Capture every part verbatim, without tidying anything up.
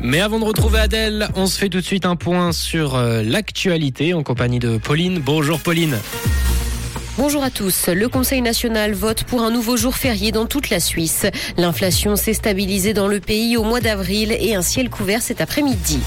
Mais avant de retrouver Adèle, on se fait tout de suite un point sur euh, l'actualité en compagnie de Pauline. Bonjour Pauline. Bonjour à tous. Le Conseil national vote pour un nouveau jour férié dans toute la Suisse. L'inflation s'est stabilisée dans le pays au mois d'avril et un ciel couvert cet après-midi.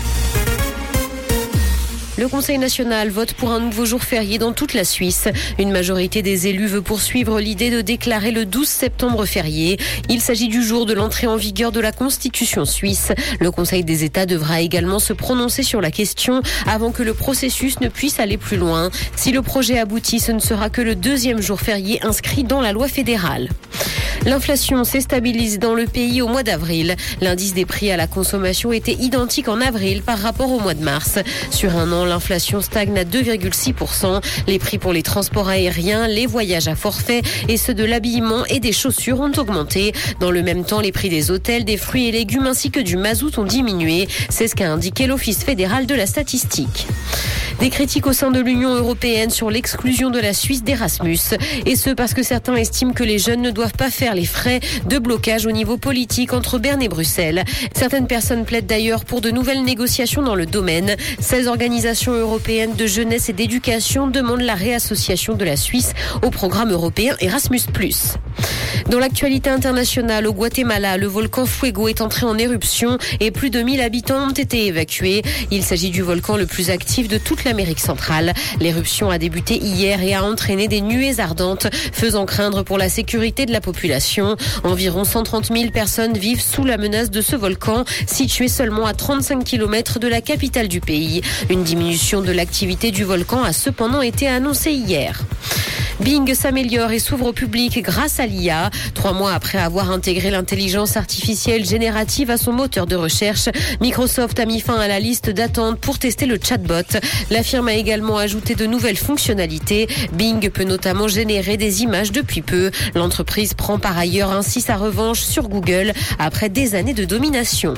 Le Conseil national vote pour un nouveau jour férié dans toute la Suisse. Une majorité des élus veut poursuivre l'idée de déclarer le douze septembre férié. Il s'agit du jour de l'entrée en vigueur de la Constitution suisse. Le Conseil des États devra également se prononcer sur la question avant que le processus ne puisse aller plus loin. Si le projet aboutit, ce ne sera que le deuxième jour férié inscrit dans la loi fédérale. L'inflation s'est stabilisée dans le pays au mois d'avril. L'indice des prix à la consommation était identique en avril par rapport au mois de mars. Sur un an, l'inflation stagne à deux virgule six pour cent. Les prix pour les transports aériens, les voyages à forfait et ceux de l'habillement et des chaussures ont augmenté. Dans le même temps, les prix des hôtels, des fruits et légumes ainsi que du mazout ont diminué. C'est ce qu'a indiqué l'Office fédéral de la statistique. Des critiques au sein de l'Union européenne sur l'exclusion de la Suisse d'Erasmus. Et ce parce que certains estiment que les jeunes ne doivent pas faire les frais de blocage au niveau politique entre Berne et Bruxelles. Certaines personnes plaident d'ailleurs pour de nouvelles négociations dans le domaine. seize organisations européennes de jeunesse et d'éducation demandent la réassociation de la Suisse au programme européen Erasmus plus. Dans l'actualité internationale, au Guatemala, le volcan Fuego est entré en éruption et plus de mille habitants ont été évacués. Il s'agit du volcan le plus actif de toute l'Amérique centrale. L'éruption a débuté hier et a entraîné des nuées ardentes, faisant craindre pour la sécurité de la population. Environ cent trente mille personnes vivent sous la menace de ce volcan, situé seulement à trente-cinq kilomètres de la capitale du pays. Une diminution de l'activité du volcan a cependant été annoncée hier. Bing s'améliore et s'ouvre au public grâce à l'I A. Trois mois après avoir intégré l'intelligence artificielle générative à son moteur de recherche, Microsoft a mis fin à la liste d'attente pour tester le chatbot. La firme a également ajouté de nouvelles fonctionnalités. Bing peut notamment générer des images depuis peu. L'entreprise prend par ailleurs ainsi sa revanche sur Google après des années de domination.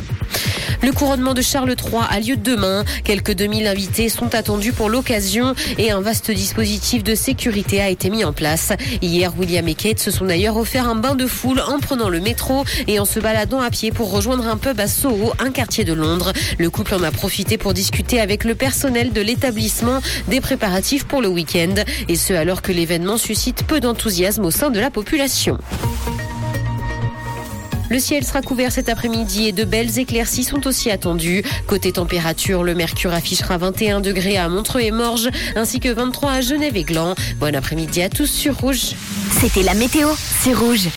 Le couronnement de Charles trois a lieu demain. Quelques deux mille invités sont attendus pour l'occasion et un vaste dispositif de sécurité a été mis en place. Hier, William et Kate se sont d'ailleurs offert un bain de foule en prenant le métro et en se baladant à pied pour rejoindre un pub à Soho, un quartier de Londres. Le couple en a profité pour discuter avec le personnel de l'établissement des préparatifs pour le week-end. Et ce, alors que l'événement suscite peu d'enthousiasme au sein de la population. Le ciel sera couvert cet après-midi et de belles éclaircies sont aussi attendues. Côté température, le mercure affichera vingt et un degrés à Montreux et Morges, ainsi que vingt-trois à Genève et Gland. Bon après-midi à tous sur Rouge. C'était la météo, c'est Rouge.